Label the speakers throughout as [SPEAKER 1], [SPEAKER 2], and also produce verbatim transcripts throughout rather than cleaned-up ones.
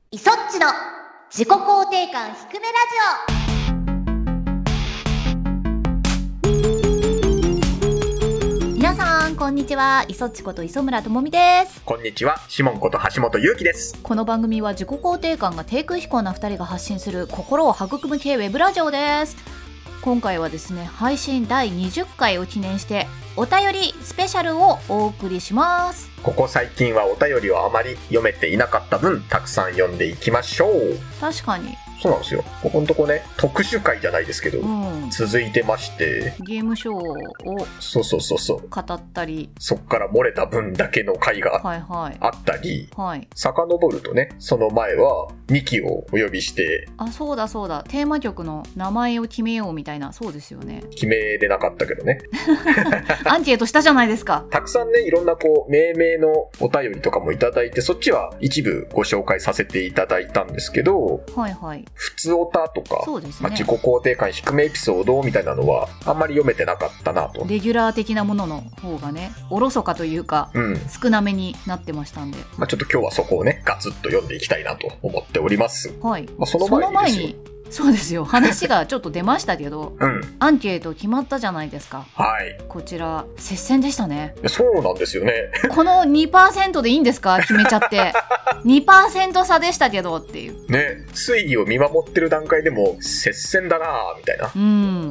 [SPEAKER 1] イソッチの自己肯定感低めラジオ。皆さんこんにちは、イソッチこと磯村智美です。
[SPEAKER 2] こんにちは、シモンこと橋本ゆうきです。
[SPEAKER 1] この番組は自己肯定感が低空飛行なふたりが発信する心を育む系ウェブラジオです。今回はですね、配信だいにじゅっかいを記念してお便りスペシャルをお送りします。
[SPEAKER 2] ここ最近はお便りをあまり読めていなかった分、たくさん読んでいきましょう。
[SPEAKER 1] 確かに
[SPEAKER 2] そうなんですよ。ここのとこね、特殊回じゃないですけど、うん、続いてまして、
[SPEAKER 1] ゲームショーを
[SPEAKER 2] そうそうそうそう
[SPEAKER 1] 語ったり、
[SPEAKER 2] そっから漏れた分だけの回があったり、はいはい、遡るとね、その前はにきをお呼びして、
[SPEAKER 1] あ、そうだそうだ、テーマ曲の名前を決めようみたいな、そうですよね。
[SPEAKER 2] 決めれなかったけどね
[SPEAKER 1] アンケートしたじゃないですか。
[SPEAKER 2] たくさんね、いろんなこう命名のお便りとかもいただいて、そっちは一部ご紹介させていただいたんですけど、
[SPEAKER 1] はいはい、
[SPEAKER 2] 普通オタとか、
[SPEAKER 1] そうですね、
[SPEAKER 2] まあ、自己肯定感低めエピソードみたいなのはあんまり読めてなかったなと。
[SPEAKER 1] レギュラー的なものの方がね、おろそかというか、うん、少なめになってましたんで、
[SPEAKER 2] まあ、ちょっと今日はそこをねガツッと読んでいきたいなと思っております。
[SPEAKER 1] はい、
[SPEAKER 2] まあ、その前にですよ、
[SPEAKER 1] そうですよ、話がちょっと出ましたけど、うん、アンケート決まったじゃないですか。
[SPEAKER 2] はい。
[SPEAKER 1] こちら接戦でしたね。
[SPEAKER 2] そうなんですよね。
[SPEAKER 1] この にパーセント でいいんですか、決めちゃってにパーセント 差でしたけどっていう
[SPEAKER 2] ね。推移を見守ってる段階でも接戦だなみたいな、うん、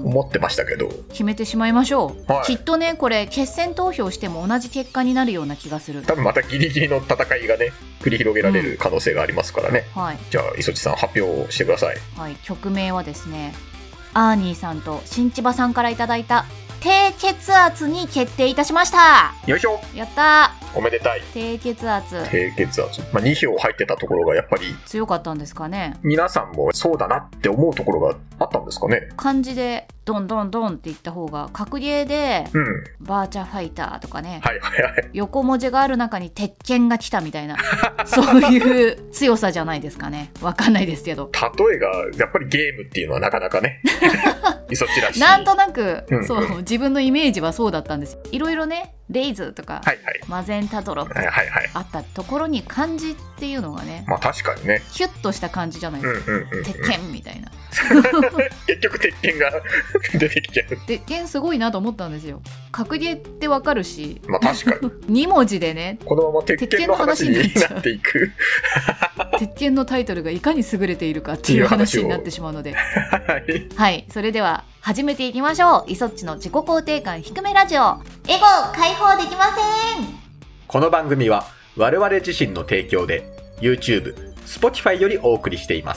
[SPEAKER 2] 思ってましたけど、
[SPEAKER 1] 決めてしまいましょう、はい、きっとね、これ決選投票しても同じ結果になるような気がする。
[SPEAKER 2] 多分またギリギリの戦いがね繰り広げられる可能性がありますからね、うん、はい、じゃあ磯地さん発表してください。
[SPEAKER 1] はい、曲名はですね、アーニーさんと新千葉さんからいただいた低血圧に決定いたしました。
[SPEAKER 2] よいしょ、
[SPEAKER 1] やった
[SPEAKER 2] ー、おめでたい。
[SPEAKER 1] 低血圧
[SPEAKER 2] 低血圧、まあ、に票入ってたところがやっぱり
[SPEAKER 1] 強かったんですかね。
[SPEAKER 2] 皆さんもそうだなって思うところがあったんですかね。
[SPEAKER 1] 漢字でドンドンドンって言った方が、格ゲーで、うん、バーチャファイターとかね、
[SPEAKER 2] はいはいはい、
[SPEAKER 1] 横文字がある中に鉄拳が来たみたいなそういう強さじゃないですかね。わかんないですけど、
[SPEAKER 2] 例えがやっぱりゲームっていうのはなかなかね磯地らしい。
[SPEAKER 1] なんとなく、うんうん、そう自分のイメージはそうだったんです。いろいろね、レイズとか、はいはい、マゼンタドロップ、はいはいはい、あったところに漢字っていうのがね、
[SPEAKER 2] まあ確かにね、
[SPEAKER 1] キュッとした感じじゃないですか、うんうんうんうん、鉄拳みたいな
[SPEAKER 2] 結局鉄拳が出てきちゃう。
[SPEAKER 1] 鉄拳すごいなと思ったんですよ。格ゲーってわかるし、
[SPEAKER 2] まあ確かにに
[SPEAKER 1] 文字でね、
[SPEAKER 2] このまま鉄拳の話になっていく
[SPEAKER 1] 鉄拳のタイトルがいかに優れているかっていう話になってしまうのではい、はい、それでは始めていきましょう。イソッチの自己肯定感低めラジオ、エゴ解放できません。
[SPEAKER 2] この番組は我々自身の提供で YouTube、Spotify よりお送りしています。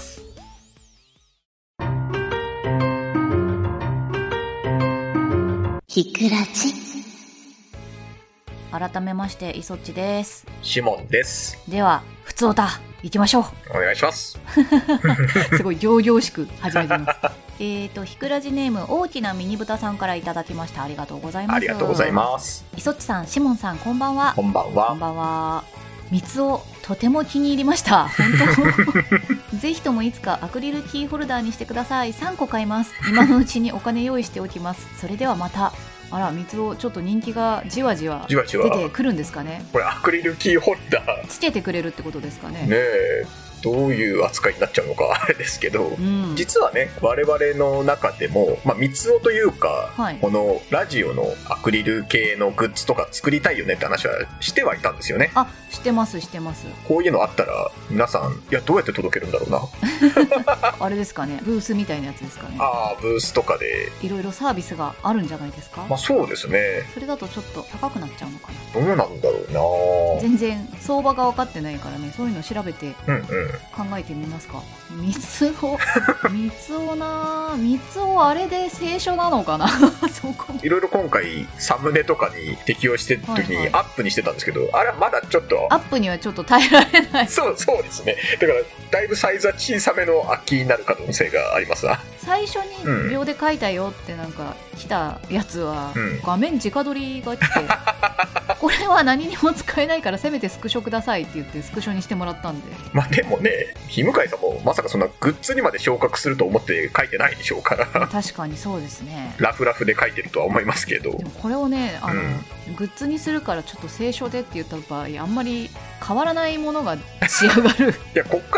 [SPEAKER 1] ひくらじ。改めましてイソッチです。
[SPEAKER 2] シモンです。
[SPEAKER 1] ではふつおた行きましょう。
[SPEAKER 2] お願いします
[SPEAKER 1] すごい仰々しく始めてますえーとひくらじネーム大きなミニブタさんからいただきました。ありがとうございます。
[SPEAKER 2] ありがとうございます。
[SPEAKER 1] イソッチさん、シモンさん、こんばんは。
[SPEAKER 2] こんばんは。
[SPEAKER 1] こんばんは。三つをとても気に入りました。本当ぜひともいつかアクリルキーホルダーにしてください。さんこ買います。今のうちにお金用意しておきます。それではまた。あら、三つをちょっと人気がじわじわ出てくるんですかね。
[SPEAKER 2] これアクリルキーホルダー
[SPEAKER 1] つけてくれるってことですかね。
[SPEAKER 2] ねえ、どういう扱いになっちゃうのかあれですけど、うん、実はね、我々の中でも、まあ、三つおというか、はい、このラジオのアクリル系のグッズとか作りたいよねって話はしてはいたんですよね。
[SPEAKER 1] あ、してますしてます。
[SPEAKER 2] こういうのあったら皆さん、いや、どうやって届けるんだろうな
[SPEAKER 1] あれですかね、ブースみたいなやつですかね。
[SPEAKER 2] ああ、ブースとかでい
[SPEAKER 1] ろいろサービスがあるんじゃないですか。
[SPEAKER 2] まあそうですね。
[SPEAKER 1] それだとちょっと高くなっちゃうのかな。
[SPEAKER 2] どうなんだろうな。
[SPEAKER 1] 全然相場が分かってないからね、そういうの調べて
[SPEAKER 2] うんうん
[SPEAKER 1] 考えてみますか。三つお三つおな三つお、あれで清書なのかなそこ
[SPEAKER 2] いろいろ今回サムネとかに適用してる時にアップにしてたんですけど、はいはい、あれはまだちょっと
[SPEAKER 1] アップにはちょっと耐えられない
[SPEAKER 2] そうそうですね。だからだいぶサイズは小さめの空きになる可能性がありますな。
[SPEAKER 1] 最初に秒で書いたよってなんか来たやつは、うん、画面直撮りが来てこれは何にも使えないからせめてスクショくださいって言ってスクショにしてもらったんで。
[SPEAKER 2] まあでもね、日向井さんもまさかそんなグッズにまで昇格すると思って書いてないでしょうから
[SPEAKER 1] 確かにそうですね。
[SPEAKER 2] ラフラフで書いてるとは思いますけど、
[SPEAKER 1] でもこれをね、あの、うん、グッズにするからちょっと清書でって言った場合、あんまり変わらないものが仕上がる
[SPEAKER 2] いや、こっからだっ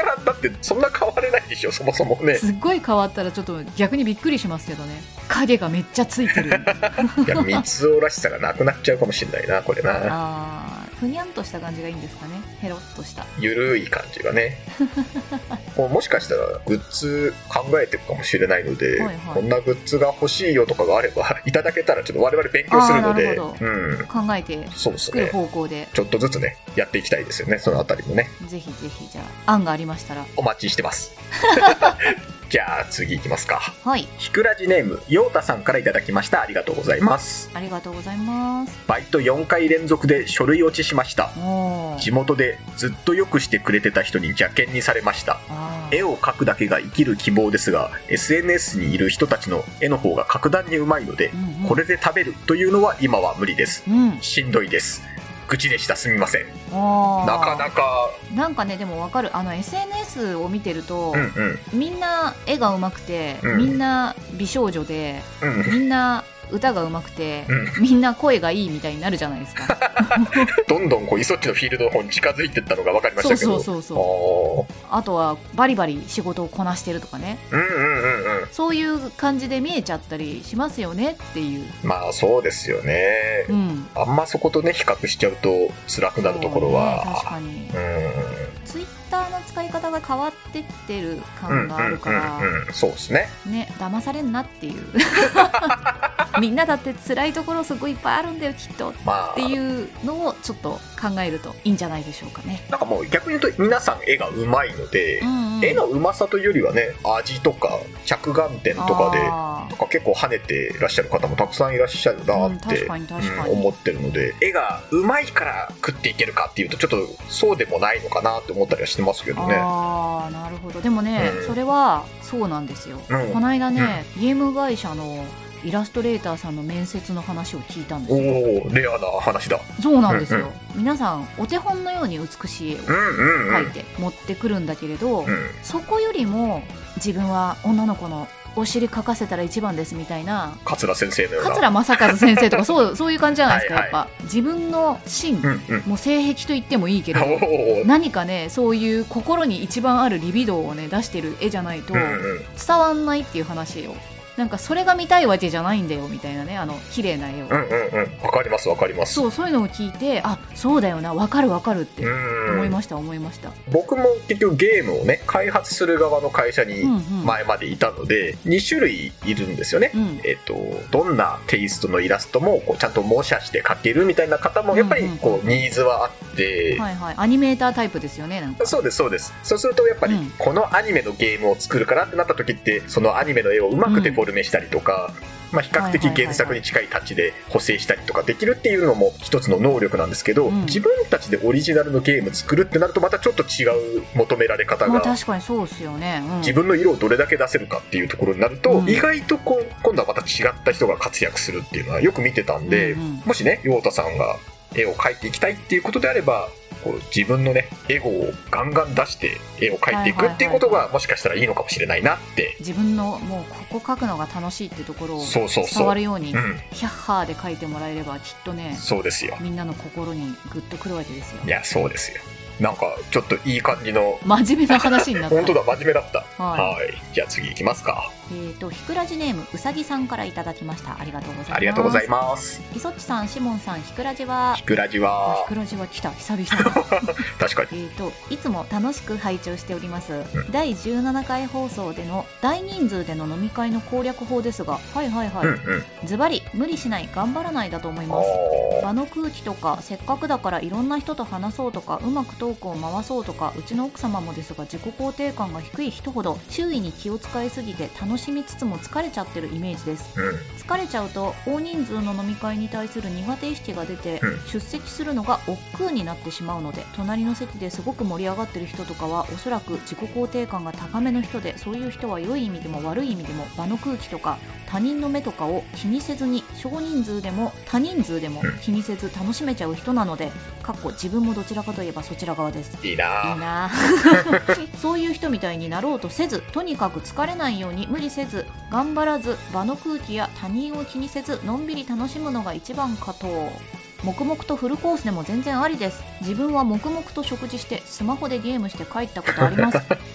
[SPEAKER 2] ってそんな変われないでしょ、そもそもね。
[SPEAKER 1] すっごい変わったらちょっと逆にびっくりしますけどね。影がめっちゃついてる。
[SPEAKER 2] いや、三つおらしさがなくなっちゃうかもしれないな、これな。
[SPEAKER 1] あー、ふにゃんとした感じがいいんですかね。ヘロッとした
[SPEAKER 2] ゆるい感じがね。も, もしかしたらグッズ考えてるかもしれないので、はいはい、こんなグッズが欲しいよとかがあればいただけたらちょっと我々勉強するので、
[SPEAKER 1] うん、考えて作る方向で、ね、
[SPEAKER 2] ちょっとずつねやっていきたいですよね、そのあたりもね。
[SPEAKER 1] ぜひぜひ、じゃあ案がありましたら
[SPEAKER 2] お待ちしてます。じゃあ次いきますか。
[SPEAKER 1] はい。
[SPEAKER 2] ひくらじネームようたさんからいただきました。ありがとうございます。
[SPEAKER 1] ありがとうございます。
[SPEAKER 2] バイトよんかい連続で書類落ちしました。地元でずっとよくしてくれてた人に邪険にされました。絵を描くだけが生きる希望ですが エスエヌエス にいる人たちの絵の方が格段にうまいので、うんうん、これで食べるというのは今は無理です、うん、しんどいです。愚痴でした、すみません。なかなか
[SPEAKER 1] なんかね、でもわかる。あの エスエヌエス を見てると、うんうん、みんな絵が上手くて、うん、みんな美少女で、うん、みんな歌が上手くて、うん、みんな声がいいみたいになるじゃないですか。
[SPEAKER 2] どんどんこうイソッチのフィールドの方に近づいていったのが分かりましたけど、
[SPEAKER 1] そうそうそうそう。あとはバリバリ仕事をこなしてるとかね、うんうんうんうん、そういう感じで見えちゃったりしますよねっていう。
[SPEAKER 2] まあそうですよね、うん、あんまそことね比較しちゃうと辛くなるところは、
[SPEAKER 1] ね、確かに、うん、ツイッターの使い方が変わってきてる感があるから、
[SPEAKER 2] うんうんうんうん、そうですね。
[SPEAKER 1] ね、騙されんなっていう。みんなだって辛いところすごいいっぱいあるんだよきっと、まあ、っていうのをちょっと考えるといいんじゃないでしょうかね。
[SPEAKER 2] なんかもう逆に言うと皆さん絵がうまいので、うんうん、絵のうまさというよりはね、味とか着眼点とかでとか結構跳ねていらっしゃる方もたくさんいらっしゃるなって、うん、確かに確かに、うん、思ってるので、絵がうまいから食っていけるかっていうとちょっとそうでもないのかなって思ったりはしてますけどね。
[SPEAKER 1] あー、なるほど。でもね、うん、それはそうなんですよ、うん、この間ね、うん、ゲーム会社のイラストレーターさんの面接の話を聞いたんですよ。
[SPEAKER 2] おー、レアな話だ。
[SPEAKER 1] そうなんですよ、うんうん、皆さんお手本のように美しい絵を描いて持ってくるんだけれど、うんうんうん、そこよりも自分は女の子のお尻描かせたら一番ですみたいな、
[SPEAKER 2] 桂先生のような、
[SPEAKER 1] 桂正和先生とかそうそういう感じじゃないですか。はいはい、やっぱ自分の芯、うんうん、もう性癖と言ってもいいけれど、何かねそういう心に一番あるリビドーをね出してる絵じゃないと伝わんないっていう話を、なんかそれが見たいわけじゃないんだよみたいなね、あの綺麗な絵を。
[SPEAKER 2] うんうんうん、わかりますわかります。
[SPEAKER 1] そう、そういうのを聞いて、あ、そうだよな、わかるわかるって思いました思いました。
[SPEAKER 2] 僕も結局ゲームをね開発する側の会社に前までいたので、うんうん、に種類いるんですよね、うん、えっとどんなテイストのイラストもこうちゃんと模写して描けるみたいな方もやっぱりこうニーズはあって、
[SPEAKER 1] はいはい、アニメータータイプですよね。なんか
[SPEAKER 2] そうですそうです。そうするとやっぱり、うん、このアニメのゲームを作るからってなった時って、そのアニメの絵をうまくデフォルメしたりとか、うん、まあ、比較的原作に近いタッチで補正したりとかできるっていうのも一つの能力なんですけど、うん、自分たちでオリジナルのゲーム作るってなるとまたちょっと違う求められ方が、まあ、
[SPEAKER 1] 確かにそうですよね、うん、
[SPEAKER 2] 自分の色をどれだけ出せるかっていうところになると、うん、意外とこう今度はまた違った人が活躍するっていうのはよく見てたんで、うんうん、もしね陽太さんが絵を描いていきたいっていうことであれば、こう自分のねエゴをガンガン出して絵を描いていくっていうことがもしかしたらいいのかもしれないなって、
[SPEAKER 1] 自分のもうここ描くのが楽しいってところを伝わるようにヒャッハーで描いてもらえればきっとね、
[SPEAKER 2] そうですよ、
[SPEAKER 1] みんなの心にグッとくるわけですよ。
[SPEAKER 2] いやそうですよ。なんかちょっといい感じの
[SPEAKER 1] 真面目な話になった本
[SPEAKER 2] 当だ、真面目だった。はい、はい、じゃあ次いきますか。
[SPEAKER 1] えーとひくらじネームうさぎさんからいただきました。ありがとうございます。
[SPEAKER 2] ありがとうございます。
[SPEAKER 1] いそっちさん、しもんさん、ひくらじは
[SPEAKER 2] ひくらじは
[SPEAKER 1] ひくらじは来た、久々
[SPEAKER 2] 確かに。
[SPEAKER 1] えーといつも楽しく拝聴しております、うん、だいじゅうななかい放送での大人数での飲み会の攻略法ですが、はいはいはい、うんうん、ズバリ無理しない、頑張らないだと思います。場の空気とか、せっかくだからいろんな人と話そうとか、うまくトークを回そうとか、うちの奥様もですが自己肯定感が低い人ほど周囲に気を使いすぎて楽しみつつも疲れちゃってるイメージです、うん、疲れちゃうと大人数の飲み会に対する苦手意識が出て、うん、出席するのが億劫になってしまうので、隣の席ですごく盛り上がってる人とかはおそらく自己肯定感が高めの人で、そういう人は良い意味でも悪い意味でも場の空気とか他人の目とかを気にせずに、少人数でも多人数でも気にせず楽しめちゃう人なので、かっこ自分もどちらかといえばそちら側です。
[SPEAKER 2] いいない
[SPEAKER 1] いなそういう人みたいになろうとせず、とにかく疲れないように無理せず、頑張らず、場の空気や他人を気にせず、のんびり楽しむのが一番かと。黙々とフルコースでも全然ありです。自分は黙々と食事してスマホでゲームして帰ったことあります。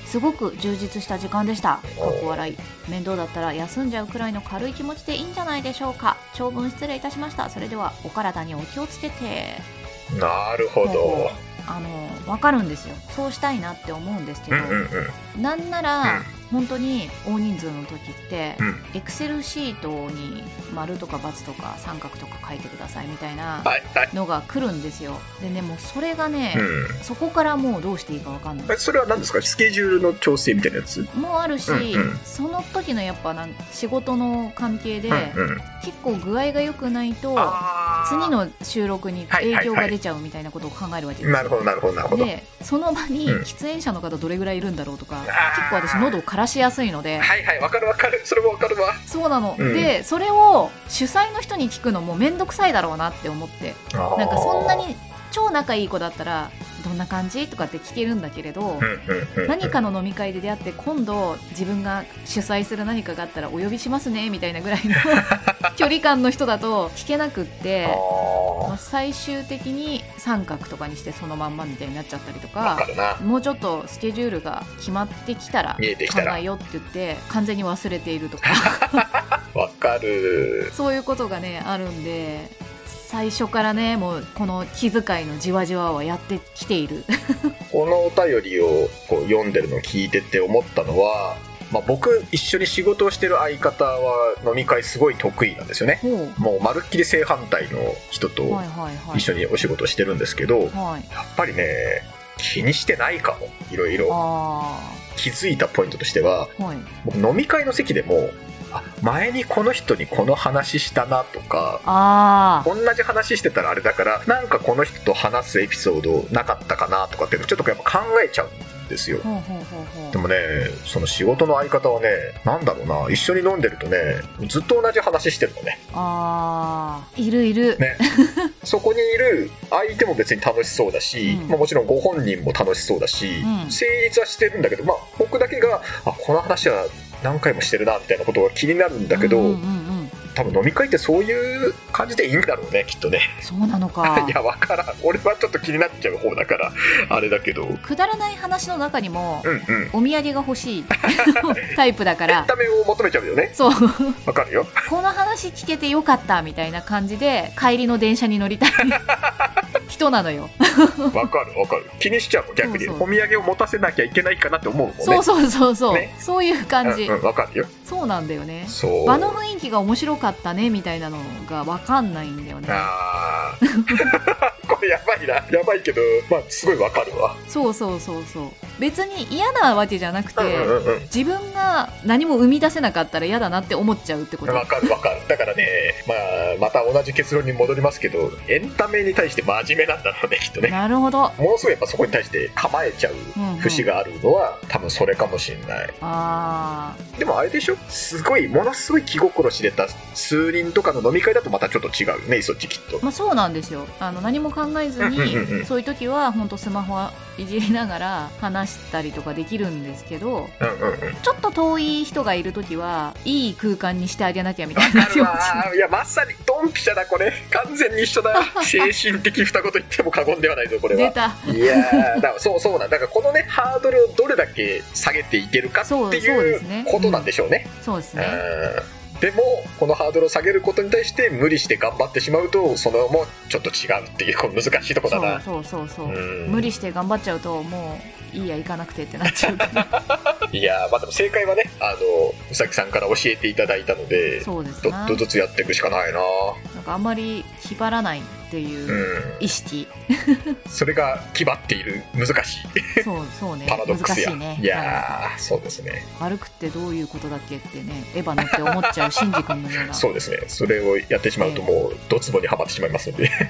[SPEAKER 1] すごく充実した時間でした。かっこ笑い。面倒だったら休んじゃうくらいの軽い気持ちでいいんじゃないでしょうか。長文失礼いたしました。それではお体にお気をつけて。
[SPEAKER 2] なるほど。
[SPEAKER 1] あの分かるんですよ。そうしたいなって思うんですけど、
[SPEAKER 2] うんうんうん、
[SPEAKER 1] なんなら、うん、本当に大人数の時ってエクセルシートに丸とか×とか三角とか書いてくださいみたいなのが来るんですよ。でね、もうそれがね、うん、そこからもうどうしていいか分かんない。
[SPEAKER 2] それは何ですか？スケジュールの調整みたいなやつ
[SPEAKER 1] もあるし、うんうん、その時のやっぱなん仕事の関係で、うんうん、結構具合が良くないと次の収録に影響が出ちゃうみたいなことを考えるわけですよ。
[SPEAKER 2] なるほどなるほどなるほど。
[SPEAKER 1] でその場に喫煙者の方どれぐらいいるんだろうとか、うん、結構私喉を枯らしやすいので、
[SPEAKER 2] はいはい、わかるわかる、それもわかるわ。
[SPEAKER 1] そうなの、うん、でそれを主催の人に聞くのもめんどくさいだろうなって思って、なんかそんなに超仲いい子だったらどんな感じとかって聞けるんだけれど、何かの飲み会で出会って今度自分が主催する何かがあったらお呼びしますねみたいなぐらいの距離感の人だと聞けなくって、まあ、最終的に三角とかにしてそのまんまみたいになっちゃったりとか、もうちょっとスケジュールが決まってきたら考えようって言って完全に忘れているとか
[SPEAKER 2] わかる。
[SPEAKER 1] そういうことがねあるんで、最初からねもうこの気遣いのじわじわはやってきている
[SPEAKER 2] このお便りをこう読んでるのを聞いてて思ったのは、まあ、僕一緒に仕事をしてる相方は飲み会すごい得意なんですよね。もうまるっきり正反対の人と一緒にお仕事してるんですけど、はいはいはい、やっぱりね気にしてないかも。いろいろ気づいたポイントとしては、はい、僕飲み会の席でもあ前にこの人にこの話したなとか、あ同じ話してたらあれだからなんかこの人と話すエピソードなかったかなとかっていうのちょっとやっぱ考えちゃうんですよ。ほうほうほうほう。でもねその仕事の相方はねなんだろうな、一緒に飲んでるとねずっと同じ話してるのね。
[SPEAKER 1] あーいるいる、ね、
[SPEAKER 2] そこにいる相手も別に楽しそうだし、うんまあ、もちろんご本人も楽しそうだし、うん、成立はしてるんだけど、まあ、僕だけがあこの話は何回もしてるなみたいなことが気になるんだけど、うんうんうん、多分飲み会ってそういう感じでいいんだろうねきっとね。
[SPEAKER 1] そうなのか
[SPEAKER 2] いやわからん、俺はちょっと気になっちゃう方だからあれだけど、
[SPEAKER 1] くだらない話の中にも、うんうん、お土産が欲しいタイプだから
[SPEAKER 2] エンタメを求めちゃうよね。
[SPEAKER 1] そう
[SPEAKER 2] わかるよ。
[SPEAKER 1] この話聞けてよかったみたいな感じで帰りの電車に乗りたい人なのよ
[SPEAKER 2] わかるわかる、気にしちゃうもん逆に。そうそう、お土産を持たせなきゃいけないかなって思うもんね。
[SPEAKER 1] そうそうそうそう、ね、そういう感じ。
[SPEAKER 2] うんうん、わかるよ。
[SPEAKER 1] そうなんだよね。そう場の雰囲気が面白かったねみたいなのがわかんないんだよね。あ
[SPEAKER 2] これやばいな、やばいけどまあすごいわかるわ。そう
[SPEAKER 1] そうそうそう、別に嫌なわけじゃなくて、うんうんうん、自分が何も生み出せなかったら嫌だなって思っちゃうってこと。
[SPEAKER 2] わかるわかる。だからね、まあ、また同じ結論に戻りますけどエンタメに対して真面目なんだろうねきっとね。
[SPEAKER 1] なるほど。
[SPEAKER 2] ものすごいやっぱそこに対して構えちゃう節があるのは、うんうん、多分それかもしれない。あでもあれでしょ、すごいものすごい気心知れた数人とかの飲み会だとまたちょっと違うね、そっちきっと。
[SPEAKER 1] まあそうなんですよ。あの何も考えずに、うんうんうん、そういう時は本当スマホはいじりながら話したりとかできるんですけど、うんうんうん、ちょっと遠い人がいる時はいい空間にしてあげなきゃみたいな気持ち。
[SPEAKER 2] いやまさにドンピシャだこれ、完全に一緒だ精神的二言言っても過言ではないぞこれは。
[SPEAKER 1] 出た。
[SPEAKER 2] いやだからそうそうなんだから、このねハードルをどれだけ下げていけるかっていうことなんでしょうね。
[SPEAKER 1] そうですね。
[SPEAKER 2] でもこのハードルを下げることに対して無理して頑張ってしまうとそのもちょっと違うっていうこの難しいところだな。
[SPEAKER 1] そうそうそうそう、うん無理して頑張っちゃうともういいや行かなくてってなっちゃうから
[SPEAKER 2] いやまあでも正解はねあのうさきさんから教えていただいたので、
[SPEAKER 1] そうです
[SPEAKER 2] ね、ちょっとずつやっていくしかないな。
[SPEAKER 1] なんかあんまり気張らないっていう意識、
[SPEAKER 2] うん、それが気張っている難しい
[SPEAKER 1] そうそうね
[SPEAKER 2] パラドックスや。
[SPEAKER 1] 難しいね。
[SPEAKER 2] いやそうですね、
[SPEAKER 1] 歩くってどういうことだっけってねエヴァ乗って思っちゃうシンジ君のような
[SPEAKER 2] そうですね、それをやってしまうともうドツボにはまってしまいますので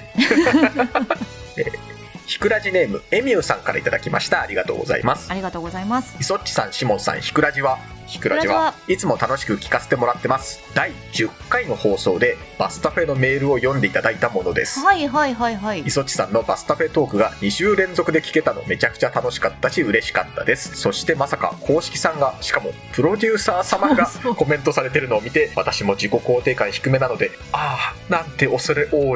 [SPEAKER 2] ひくらじネームエミューさんからいただきました。ありがとうございます。
[SPEAKER 1] ありがとうございます。
[SPEAKER 2] いそっちさん、しもんさん、ひくらじはひくらじはいつも楽しく聞かせてもらってます。だいじゅっかいの放送でバスタフェのメールを読んでいただいたものです。
[SPEAKER 1] はいはいはいはい。
[SPEAKER 2] いそっちさんのバスタフェトークがに週連続で聞けたのめちゃくちゃ楽しかったし嬉しかったです。そしてまさか公式さんがしかもプロデューサー様がコメントされてるのを見て私も自己肯定感低めなのでああなんて恐れ多い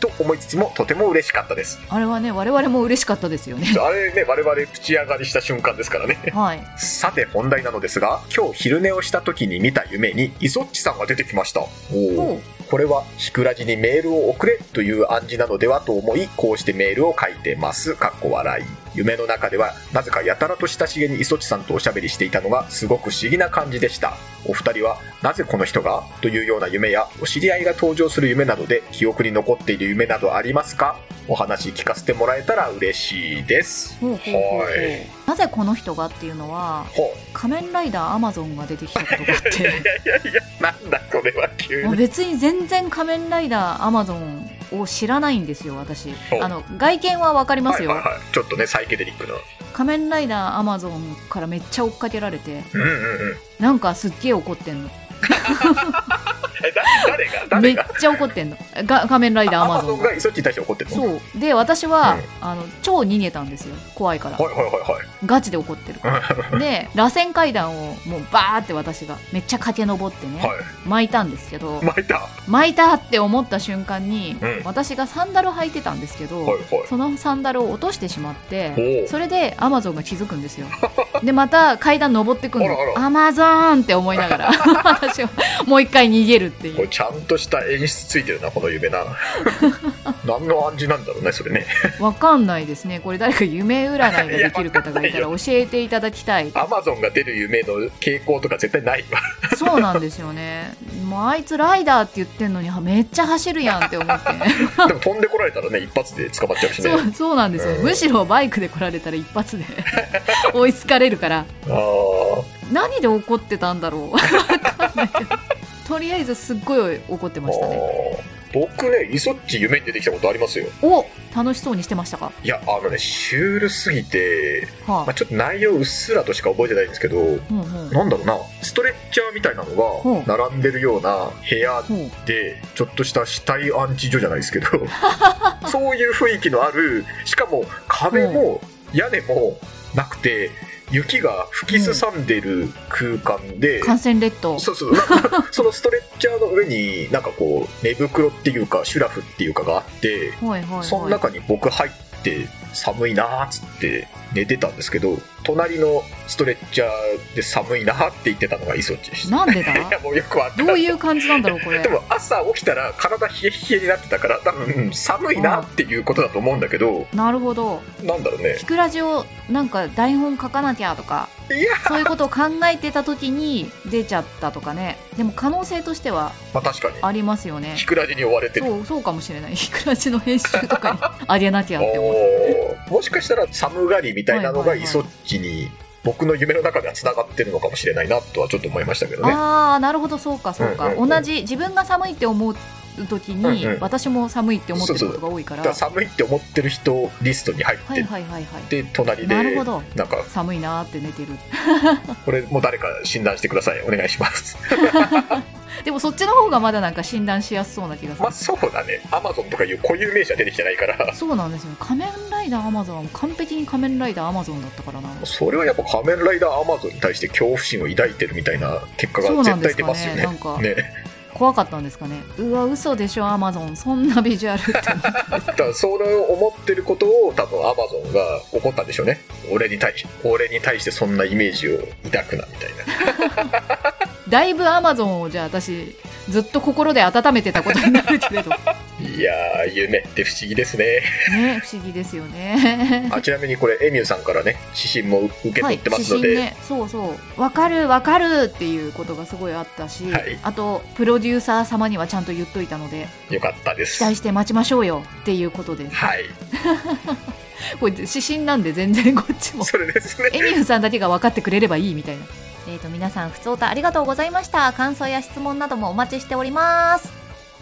[SPEAKER 2] と思いつつもとても嬉しかったです。
[SPEAKER 1] あれはね我々も嬉しかったですよね。
[SPEAKER 2] あれね我々プチ上がりした瞬間ですからね、
[SPEAKER 1] はい、
[SPEAKER 2] さて本題なのですが、今日昼寝をした時に見た夢にイソッチさんが出てきました。おお、これはひくらじにメールを送れという暗示なのではと思い、こうしてメールを書いてます。かっこ笑い。夢の中ではなぜかやたらと親しげにイソッチさんとおしゃべりしていたのがすごく不思議な感じでした。お二人はなぜこの人がというような夢やお知り合いが登場する夢などで記憶に残っている夢などありますか？お話聞かせてもらえたら嬉しいです。
[SPEAKER 1] ほうほうほうほう。はい、なぜこの人がっていうのは仮面ライダーアマゾンが出てきたことがあっていやいやい
[SPEAKER 2] やなんだこれは急に。
[SPEAKER 1] 別に全然仮面ライダーアマゾンを知らないんですよ私。あの外見は分かりますよ、
[SPEAKER 2] はいはいはい、ちょっとねサイケデリックな
[SPEAKER 1] 仮面ライダーアマゾンからめっちゃ追っかけられて、
[SPEAKER 2] うんうんうん、
[SPEAKER 1] なんかすっげえ怒ってんの
[SPEAKER 2] え誰が誰が
[SPEAKER 1] めっちゃ怒ってんのが仮面ライダーアマゾン
[SPEAKER 2] がイソッチに対して怒ってるの。
[SPEAKER 1] そうで私は、うん、あの超逃げたんですよ怖いから、
[SPEAKER 2] はいはいはいはい、
[SPEAKER 1] ガチで怒ってるからで螺旋階段をもうバーって私がめっちゃ駆け上ってね、はい、巻いたんですけど
[SPEAKER 2] 巻いた
[SPEAKER 1] 巻いたって思った瞬間に、うん、私がサンダル履いてたんですけど、はいはい、そのサンダルを落としてしまってそれでアマゾンが気づくんですよでまた階段登ってくるのアマゾーンって思いながら私はもう一回逃げるっていう。
[SPEAKER 2] これちゃんとした演出ついてるなこの夢な何の暗示なんだろうねそれね
[SPEAKER 1] わかんないですね。これ誰か夢占いができる方がいたら教えていただきたい。
[SPEAKER 2] アマゾンが出る夢の傾向とか絶対ないわ
[SPEAKER 1] そうなんですよね。もうあいつライダーって言ってんのにめっちゃ走るやんって思って
[SPEAKER 2] でも飛んでこられたらね一発で捕まっちゃうしね。
[SPEAKER 1] そう、そうなんですよ、うん、むしろバイクで来られたら一発で追いつかれるからあ何で怒ってたんだろうわかんないけどとりあえずすっごい怒ってましたね。
[SPEAKER 2] 僕ねイソッチ夢に出てきたことありますよ。
[SPEAKER 1] お楽しそうにしてましたか？
[SPEAKER 2] いやあのねシュールすぎて、はあまあ、ちょっと内容うっすらとしか覚えてないんですけど、うんうん、なんだろうなストレッチャーみたいなのが並んでるような部屋で、ちょっとした死体安置所じゃないですけどそういう雰囲気のある、しかも壁も屋根もなくて雪が吹きすさんでる空間で、
[SPEAKER 1] うん、感染列島。
[SPEAKER 2] そうそうそのストレッチャーの上になんかこう寝袋っていうかシュラフっていうかがあって、はいはいはい、その中に僕入って寒いなーっつって寝てたんですけど、隣のストレッチャーで寒いなーって言ってたのがイソッチでした。
[SPEAKER 1] なんでだ
[SPEAKER 2] いやもうよくわかんない。
[SPEAKER 1] どういう感じなんだろうこれ。
[SPEAKER 2] でも朝起きたら体冷え冷えになってたから多分寒いなっていうことだと思うんだけど。
[SPEAKER 1] なるほど。
[SPEAKER 2] なんだろうね。
[SPEAKER 1] ひくらじをなんか台本書かなきゃとかそういうことを考えてた時に出ちゃったとかね。でも可能性としてはありますよね。
[SPEAKER 2] ひくらじに追われてる。
[SPEAKER 1] そうそうかもしれない。ひくらじの編集とかにあげなきゃって思って
[SPEAKER 2] もしかしたら寒がりみたいなのがイソッチに僕の夢の中ではつながってるのかもしれないなとはちょっと思いましたけどね。
[SPEAKER 1] ああなるほどそうかそうか、うんうんうん、同じ自分が寒いって思う時に、うんうん、私も寒いって思ってることが多いから、
[SPEAKER 2] そうそうだから寒いって思ってる人リストに入って、はいはいはいはい、で隣で
[SPEAKER 1] なるほど
[SPEAKER 2] なんか
[SPEAKER 1] 寒いなって寝てる
[SPEAKER 2] これもう誰か診断してくださいお願いします
[SPEAKER 1] でもそっちの方がまだなんか診断しやすそうな気がする。
[SPEAKER 2] まあそうだね。アマゾンとかいう固有名詞は出てきてないから
[SPEAKER 1] そうなんですよ。仮面ライダーアマゾンは完璧に仮面ライダーアマゾンだったからな。
[SPEAKER 2] それはやっぱ仮面ライダーアマゾンに対して恐怖心を抱いてるみたいな結果が絶対出ますよね。
[SPEAKER 1] なんかね怖かったんですかね。うわ嘘でしょアマゾンそんなビジュアルって思ったんですだから
[SPEAKER 2] それを思ってることを多分アマゾンが怒ったんでしょうね。俺に対し俺に対してそんなイメージを抱くなみたいな
[SPEAKER 1] だいぶアマゾンをじゃあ私ずっと心で温めてたことになるけれど
[SPEAKER 2] いやー夢って不思議ですね。
[SPEAKER 1] ね不思議ですよね
[SPEAKER 2] あちなみにこれエミューさんからね指針も受け取ってますので、はい、
[SPEAKER 1] 指針ねそうそう分かる分かるっていうことがすごいあったし、はい、あとプロデューサー様にはちゃんと言っといたので
[SPEAKER 2] よかったです。
[SPEAKER 1] 期待して待ちましょうよっていうことです。
[SPEAKER 2] はい
[SPEAKER 1] これ指針なんで全然こっちも
[SPEAKER 2] それですね
[SPEAKER 1] エミューさんだけが分かってくれればいいみたいな。えーと皆さんふつおたありがとうございました。感想や質問などもお待ちしております。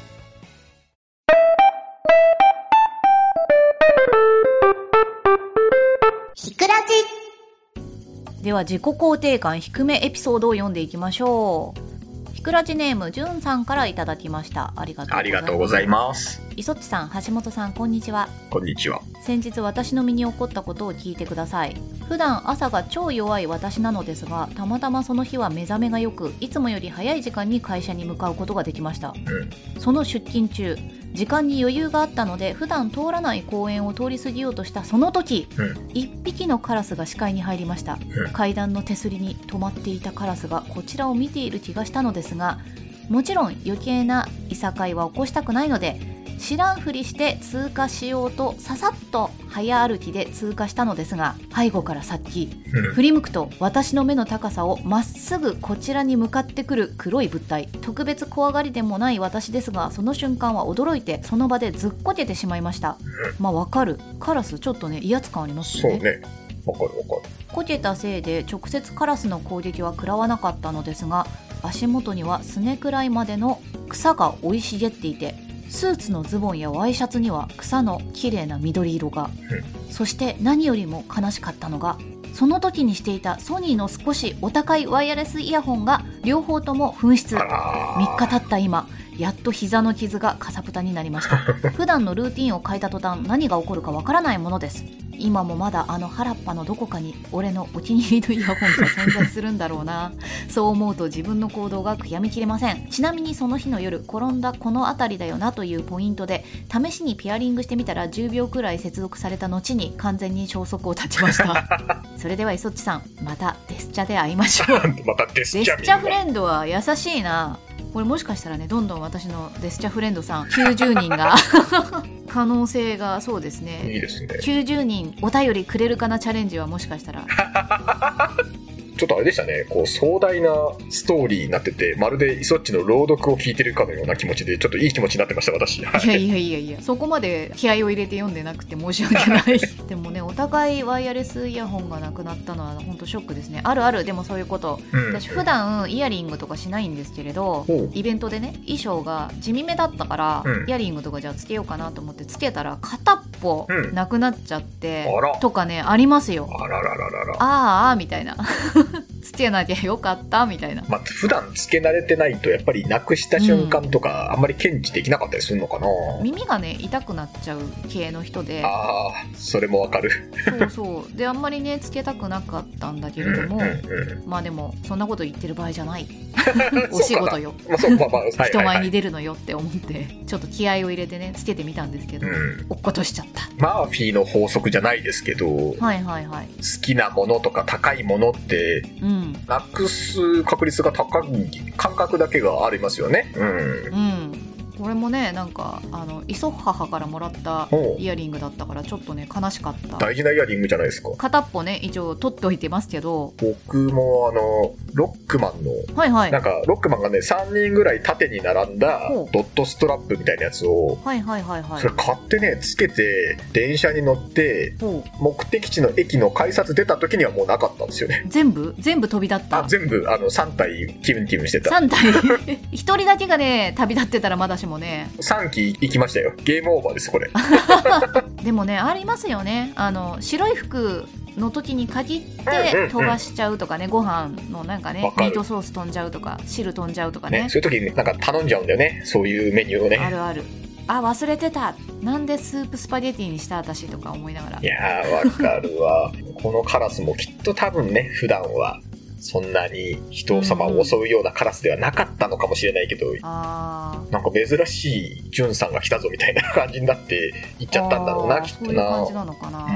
[SPEAKER 1] ひくらじでは自己肯定感低めエピソードを読んでいきましょう。ひくらじネームじゅんさんからいただきました。ありがとうございます。
[SPEAKER 2] ありがとうございます。
[SPEAKER 1] いそっちさん橋本さんこんにちは。
[SPEAKER 2] こんにちは。
[SPEAKER 1] 先日私の身に起こったことを聞いてください。普段朝が超弱い私なのですが、たまたまその日は目覚めが良くいつもより早い時間に会社に向かうことができました、
[SPEAKER 2] うん、
[SPEAKER 1] その出勤中時間に余裕があったので普段通らない公園を通り過ぎようとしたその時、うん、一匹のカラスが視界に入りました、うん、階段の手すりに止まっていたカラスがこちらを見ている気がしたのですが、もちろん余計ないさかいは起こしたくないので知らんふりして通過しようとささっと早歩きで通過したのですが、背後からさっき、うん、振り向くと私の目の高さをまっすぐこちらに向かってくる黒い物体。特別怖がりでもない私ですが、その瞬間は驚いてその場でずっこけてしまいました。まあわかる、カラスちょっとね威圧感ありますよね。
[SPEAKER 2] そうね、わかるわかる。
[SPEAKER 1] こけたせいで直接カラスの攻撃は食らわなかったのですが、足元にはすねくらいまでの草が生い茂っていて、スーツのズボンやワイシャツには草の綺麗な緑色が、うん、そして何よりも悲しかったのが、その時にしていたソニーの少しお高いワイヤレスイヤホンが両方とも紛失。みっか経った今、やっと膝の傷がかさぶたになりました。普段のルーティンを変えた途端何が起こるかわからないものです。今もまだあの原っぱのどこかに俺のお気に入りのイヤホンが存在するんだろうな。そう思うと自分の行動が悔やみきれません。ちなみにその日の夜転んだこの辺りだよなというポイントで試しにピアリングしてみたらじゅうびょうくらい接続された後に完全に消息を絶ちました。それでは磯っちさん、またデスチャで会いましょう。
[SPEAKER 2] またデスチャ。
[SPEAKER 1] デスチャフレンドは優しいな。これもしかしたらね、どんどん私のデスチャフレンドさんきゅうじゅうにんが可能性が、そうですね、
[SPEAKER 2] いいですね。
[SPEAKER 1] きゅうじゅうにんお便りくれるかなチャレンジはもしかしたら
[SPEAKER 2] ちょっとあれでしたね、こう壮大なストーリーになってて、まるでイソッチの朗読を聞いてるかのような気持ちで、ちょっといい気持ちになってました私。
[SPEAKER 1] いやいやいやいや、そこまで気合を入れて読んでなくて申し訳ないでもね、お互いワイヤレスイヤホンがなくなったのは本当ショックですね。あるある、でもそういうこと、うん、私普段イヤリングとかしないんですけれど、うん、イベントでね衣装が地味めだったから、うん、イヤリングとかじゃあつけようかなと思ってつけたら片っぽなくなっちゃって、うん、とかねありますよ。
[SPEAKER 2] あららららら、
[SPEAKER 1] あーあーみたいなつけなきゃよかったみたいな。
[SPEAKER 2] まあ、普段つけ慣れてないとやっぱりなくした瞬間とか、うん、あんまり検知できなかったりするのかな。
[SPEAKER 1] 耳がね痛くなっちゃう系の人で、
[SPEAKER 2] ああそれもわかる。
[SPEAKER 1] そうそうであんまりねつけたくなかったんだけれども、うんうんうん、まあでもそんなこと言ってる場合じゃないお仕事よ、まあそうまあまあ、人前に出るのよって思ってちょっと気合を入れてねつけてみたんですけど、うん、落っことしちゃった。
[SPEAKER 2] マーフィーの法則じゃないですけど、
[SPEAKER 1] はいはいはい、
[SPEAKER 2] 好きなものとか高いものって、うん、なくす確率が高い感覚だけがありますよね。うん、うん
[SPEAKER 1] これもねなんかあの磯母からもらったイヤリングだったからちょっとね悲しかった。
[SPEAKER 2] 大事なイヤリングじゃないですか。
[SPEAKER 1] 片っぽね一応取っておいてますけど、
[SPEAKER 2] 僕もあのロックマンの、
[SPEAKER 1] はいはい、
[SPEAKER 2] なんかロックマンがねさんにんぐらい縦に並んだドットストラップみたいなやつを、
[SPEAKER 1] はいはいはいはい、
[SPEAKER 2] それ買ってねつけて電車に乗って目的地の駅の改札出た時にはもうなかったんですよね。
[SPEAKER 1] 全部全部飛び立った。
[SPEAKER 2] あ全部あのさんたい気分気分してた。
[SPEAKER 1] さんたいひとりだけがね旅立ってたらまだしもね
[SPEAKER 2] さんき行きましたよ。ゲームオーバーですこれ
[SPEAKER 1] でもねありますよね、あの白い服の時に限って飛ばしちゃうとかね、うんうんうん、ご飯のなんかねミートソース飛んじゃうとか汁飛んじゃうとか ね,
[SPEAKER 2] ねそういう時になんか頼んじゃうんだよね、そういうメニューをね。
[SPEAKER 1] あるある。あ忘れてた、なんでスープスパゲティにした私とか思いながら。
[SPEAKER 2] いやーわかるわこのカラスもきっと多分ね普段はそんなに人様を襲うようなカラスではなかったのかもしれないけど、うん、あなんか珍しいジュンさんが来たぞみたいな感じになって行っちゃったんだろうなきっとな。そういう
[SPEAKER 1] 感じなのかな、うん、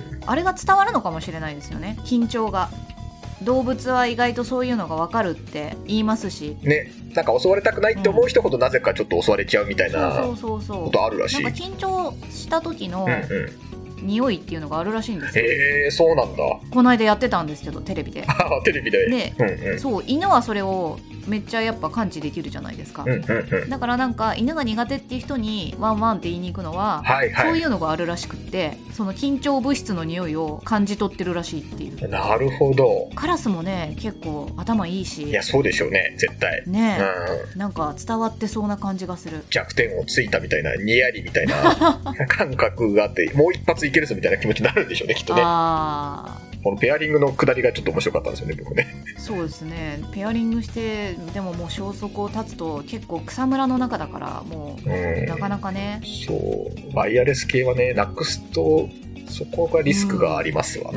[SPEAKER 1] あれが伝わるのかもしれないですよね、緊張が。動物は意外とそういうのが分かるって言いますし
[SPEAKER 2] ね、なんか襲われたくないって思う人ほどなぜかちょっと襲われちゃうみたいなことあるらしい。
[SPEAKER 1] なんか緊張した時の、うんうん匂いっていうのがあるらしいんですよ。
[SPEAKER 2] へえ、そうなんだ。
[SPEAKER 1] この間やってたんですけどテレビで。
[SPEAKER 2] テレビで。
[SPEAKER 1] で、うんうん、そう犬はそれをめっちゃやっぱ感知できるじゃないですか、うんうんうん、だからなんか犬が苦手っていう人にワンワンって言いに行くのは、はいはい、そういうのがあるらしくって、その緊張物質の匂いを感じ取ってるらしいっていう。
[SPEAKER 2] なるほど。
[SPEAKER 1] カラスもね結構頭いいし。
[SPEAKER 2] いやそうでしょうね絶対
[SPEAKER 1] ね、うん、なんか伝わってそうな感じがする。
[SPEAKER 2] 弱点をついたみたいなニヤリみたいな感覚があってもう一発いけるぞみたいな気持ちになるんでしょうねきっとね。あこのペアリングの下りがちょっと面白かったんですよね僕ね。
[SPEAKER 1] そうですね、ペアリングしてでももう消息を絶つと結構草むらの中だからもう、うん、なかなかね。
[SPEAKER 2] そうワイヤレス系はねなくすとそこがリスクがありますわな、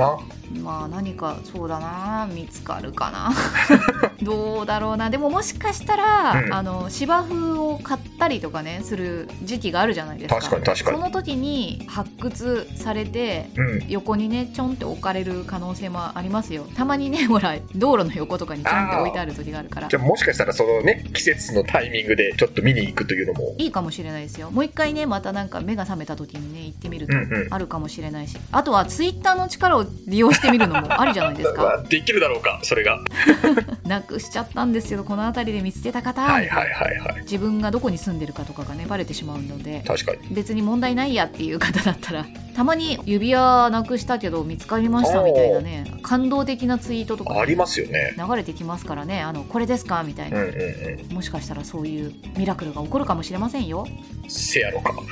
[SPEAKER 1] まあ何かそうだな見つかるかなどうだろうな。でももしかしたら、うん、あの芝生を買ったりとかねする時期があるじゃないですか。
[SPEAKER 2] 確かに確かに。
[SPEAKER 1] その時に発掘されて、うん、横にねちょんって置かれる可能性もありますよ。たまにねほら道路の横とかにちょんって置いてある時があるから。
[SPEAKER 2] じゃあもしかしたらそのね季節のタイミングでちょっと見に行くというのも
[SPEAKER 1] いいかもしれないですよ。もう一回ねまたなんか目が覚めた時にね行ってみるとあるかもしれないし、うんうん、あとはツイッターの力を利用してみるのもありじゃないですか
[SPEAKER 2] できるだろうかそれが
[SPEAKER 1] なくしちゃったんですけどこの辺りで見つけた方、
[SPEAKER 2] はいはいはいはい、
[SPEAKER 1] 自分がどこに住んでるかとかがねバレてしまうので、
[SPEAKER 2] 確かに
[SPEAKER 1] 別に問題ないやっていう方だったらたまに指輪なくしたけど見つかりましたみたいなね感動的なツイートとか、ね、
[SPEAKER 2] ありますよね。
[SPEAKER 1] 流れてきますからね。あのこれですかみたいな、うんうんうん、もしかしたらそういうミラクルが起こるかもしれませんよ。
[SPEAKER 2] せやろか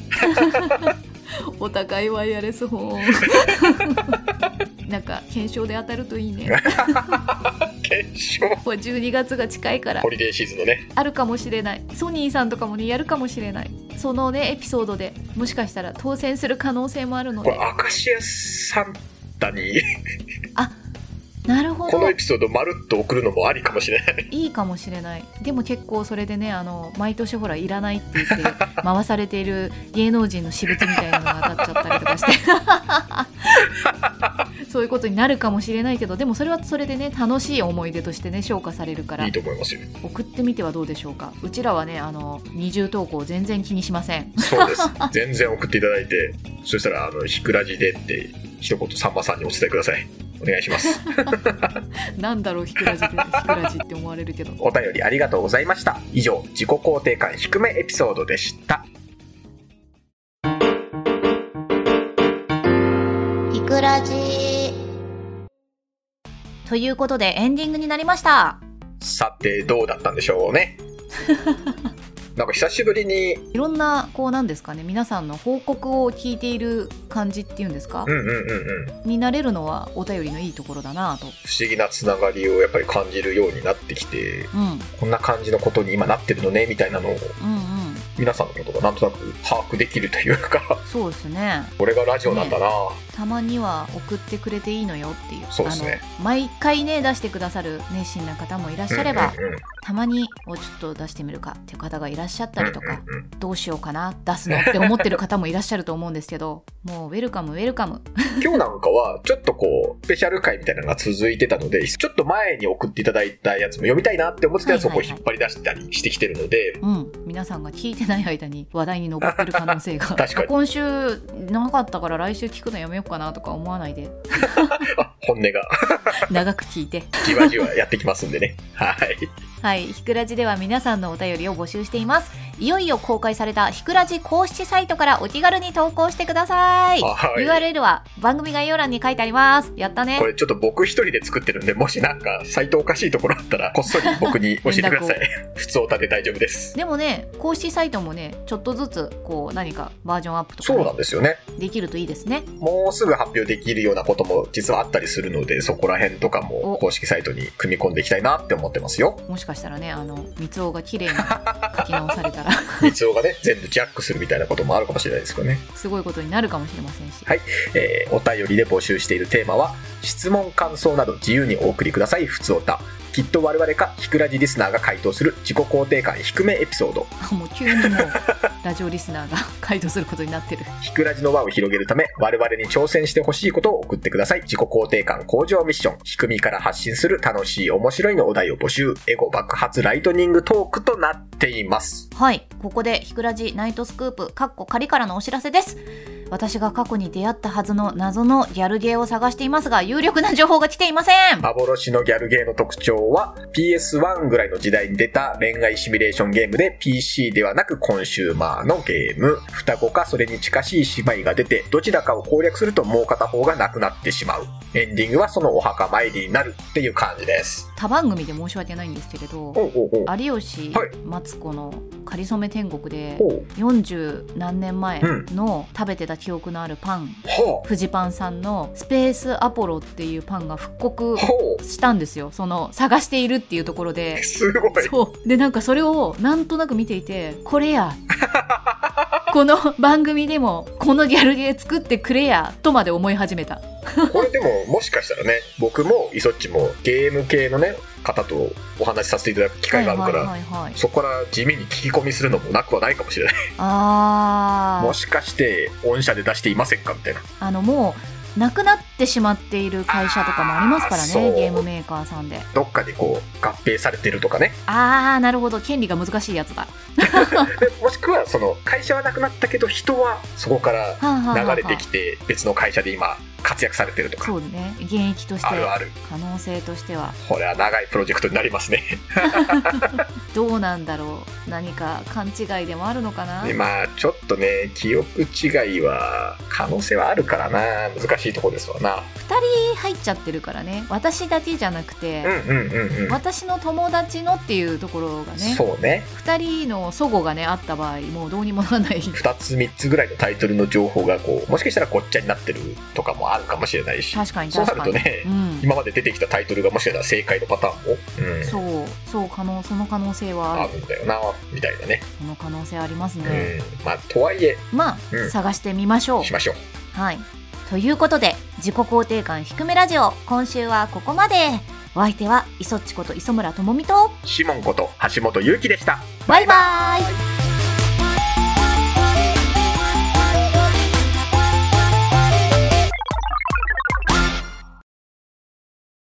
[SPEAKER 1] お高いワイヤレスホンなんか検証で当たるといいね
[SPEAKER 2] 検証
[SPEAKER 1] じゅうにがつが近いから
[SPEAKER 2] ホリデーシーズンのね
[SPEAKER 1] あるかもしれない。ソニーさんとかもねやるかもしれない。そのねエピソードでもしかしたら当選する可能性もあるので、
[SPEAKER 2] これ明石家サンタに
[SPEAKER 1] あなるほど、
[SPEAKER 2] このエピソードまるっと送るのもありかもしれない
[SPEAKER 1] いいかもしれない。でも結構それでねあの毎年ほらいらないって言って回されている芸能人の私物みたいなのが当たっちゃったりとかしてそういうことになるかもしれないけど、でもそれはそれでね楽しい思い出としてね消化されるから
[SPEAKER 2] いいと思いますよ。
[SPEAKER 1] 送ってみてはどうでしょうか。うちらはねあの二重投稿全然気にしません。
[SPEAKER 2] そうです全然送っていただいて、そしたらあのひくらじでって一言さんまさんにお伝えください。お願いします
[SPEAKER 1] なんだろうひくらじでひくらじって思われるけど。
[SPEAKER 2] お便りありがとうございました。以上自己肯定感低めエピソードでした。
[SPEAKER 1] ひくらじということでエンディングになりました。
[SPEAKER 2] さてどうだったんでしょうねなんか久しぶりに
[SPEAKER 1] いろんなこうなんですかね皆さんの報告を聞いている感じっていうんですか、
[SPEAKER 2] うんうんうんうん、
[SPEAKER 1] になれるのはお便りのいいところだなと。
[SPEAKER 2] 不思議なつながりをやっぱり感じるようになってきて、うん、こんな感じのことに今なってるのねみたいなのを、うんうん、皆さんのことがなんとなく把握できるというか
[SPEAKER 1] そうですね、
[SPEAKER 2] これがラジオなんだな、ね、
[SPEAKER 1] たまには送ってくれていいのよっていう。
[SPEAKER 2] そうですね、
[SPEAKER 1] あの毎回ね出してくださる熱心な方もいらっしゃれば、うんうんうん、たまにをちょっと出してみるかっていう方がいらっしゃったりとか、うんうんうん、どうしようかな出すのって思ってる方もいらっしゃると思うんですけどもうウェルカムウェルカム
[SPEAKER 2] 今日なんかはちょっとこうスペシャル回みたいなのが続いてたので、ちょっと前に送っていただいたやつも読みたいなって思ってたやつをこう引っ張り出したりしてきてるので、
[SPEAKER 1] はいはいはい、うん、皆さんが聞いてない間に話題に上ってる可能性が確かに今週なかったから来週聞くのやめようかなとか思わないで
[SPEAKER 2] あ本音が
[SPEAKER 1] 長く聞いて
[SPEAKER 2] じわじわやってきますんでねはい
[SPEAKER 1] はい、ひくらじでは皆さんのお便りを募集しています。いよいよ公開されたひくらじ公式サイトからお気軽に投稿してください、はい、ユーアールエル は番組概要欄に書いてあります。やったね。
[SPEAKER 2] これちょっと僕一人で作ってるんで、もしなんかサイトおかしいところあったらこっそり僕に教えてください普通おたで大丈夫です。
[SPEAKER 1] でもね公式サイトもねちょっとずつこう何かバージョンアップとか、ね、
[SPEAKER 2] そうなんですよね、
[SPEAKER 1] できるといいですね。
[SPEAKER 2] もうすぐ発表できるようなことも実はあったりするので、そこら辺とかも公式サイトに組み込んでいきたいなって思ってますよ。
[SPEAKER 1] もしかしたらねあの三つおが綺麗に書き直されたら
[SPEAKER 2] 三つおがね全部ジャックするみたいなこともあるかもしれないですけどね。
[SPEAKER 1] すごいことになるかもしれませんし。
[SPEAKER 2] はい、えー、お便りで募集しているテーマは質問感想など自由にお送りください。ふつおたきっと我々かひくらじリスナーが回答する自己肯定感低めエピソード。
[SPEAKER 1] もう急にもうラジオリスナーが回答することになってる。
[SPEAKER 2] ひくらじの輪を広げるため我々に挑戦してほしいことを送ってください。自己肯定感向上ミッション、低みから発信する楽しい面白いのお題を募集、エゴ爆発ライトニングトークとなっています。
[SPEAKER 1] はい、ここでひくらじナイトスクープかっこ仮からのお知らせです。私が過去に出会ったはずの謎のギャルゲーを探していますが有力な情報が来ていません。
[SPEAKER 2] 幻のギャルゲーの特徴は ピーエスワン ぐらいの時代に出た恋愛シミュレーションゲームで ピーシー ではなくコンシューマーのゲーム。双子かそれに近しい姉妹が出てどちらかを攻略するともう片方がなくなってしまう。エンディングはそのお墓参りになるっていう感じです。
[SPEAKER 1] 他番組で申し訳ないんですけれど、おうおうおう有吉マツコのかりそめ天国でよんじゅう何年前の食べてた記憶のあるパン、うん、フジパンさんのスペースアポロっていうパンが復刻したんですよ。その探しているっていうところで、
[SPEAKER 2] すごい。
[SPEAKER 1] そうでなんかそれをなんとなく見ていて、これやこの番組でもこのギャルゲー作ってくれやとまで思い始めた。
[SPEAKER 2] これでももしかしたらね、僕もイソッチもゲーム系のね方とお話しさせていただく機会があるから、はいはいはいはい、そこから地味に聞き込みするのもなくはないかもしれない。
[SPEAKER 1] あ
[SPEAKER 2] もしかして御社で出していませんかみたいな。
[SPEAKER 1] あのもうなくなってしまっている会社とかもありますからね、ゲームメーカーさんで
[SPEAKER 2] どっかでこう合併されてるとかね。
[SPEAKER 1] あーなるほど、権利が難しいやつだ。
[SPEAKER 2] もしくはその会社はなくなったけど人はそこから流れてきて別の会社で今活躍されてるとか。
[SPEAKER 1] そうですね、現役として
[SPEAKER 2] あるある、
[SPEAKER 1] 可能性としては
[SPEAKER 2] これは長いプロジェクトになりますね。
[SPEAKER 1] どうなんだろう、何か勘違いでもあるのかな。
[SPEAKER 2] まあちょっとね記憶違いは可能性はあるからな、難しいところですわな。
[SPEAKER 1] ふたり入っちゃってるからね、私だけじゃなくて、
[SPEAKER 2] うんうんうんうん、
[SPEAKER 1] 私の友達のっていうところがね、
[SPEAKER 2] そうね、
[SPEAKER 1] ふたりの齟齬がねあった場合もうどうにもならない。
[SPEAKER 2] ふたつみっつぐらいのタイトルの情報がこうもしかしたらごっちゃになってるとかもあるかもしれないし、
[SPEAKER 1] 確かに確かに、
[SPEAKER 2] そうなるとね、うん、今まで出てきたタイトルがもしかしたら正解のパターンも、うん、
[SPEAKER 1] そうそう可能その可能性は
[SPEAKER 2] あるんだよなみたいなね。
[SPEAKER 1] その可能性ありますね、
[SPEAKER 2] うん、まあとはいえ
[SPEAKER 1] まあ、うん、探してみましょう
[SPEAKER 2] しましょ
[SPEAKER 1] う。はい、ということで自己肯定感低めラジオ、今週はここまで。お相手はイソッチこと磯村智美と
[SPEAKER 2] シモンこと橋本ゆうきでした。
[SPEAKER 1] バイバイ。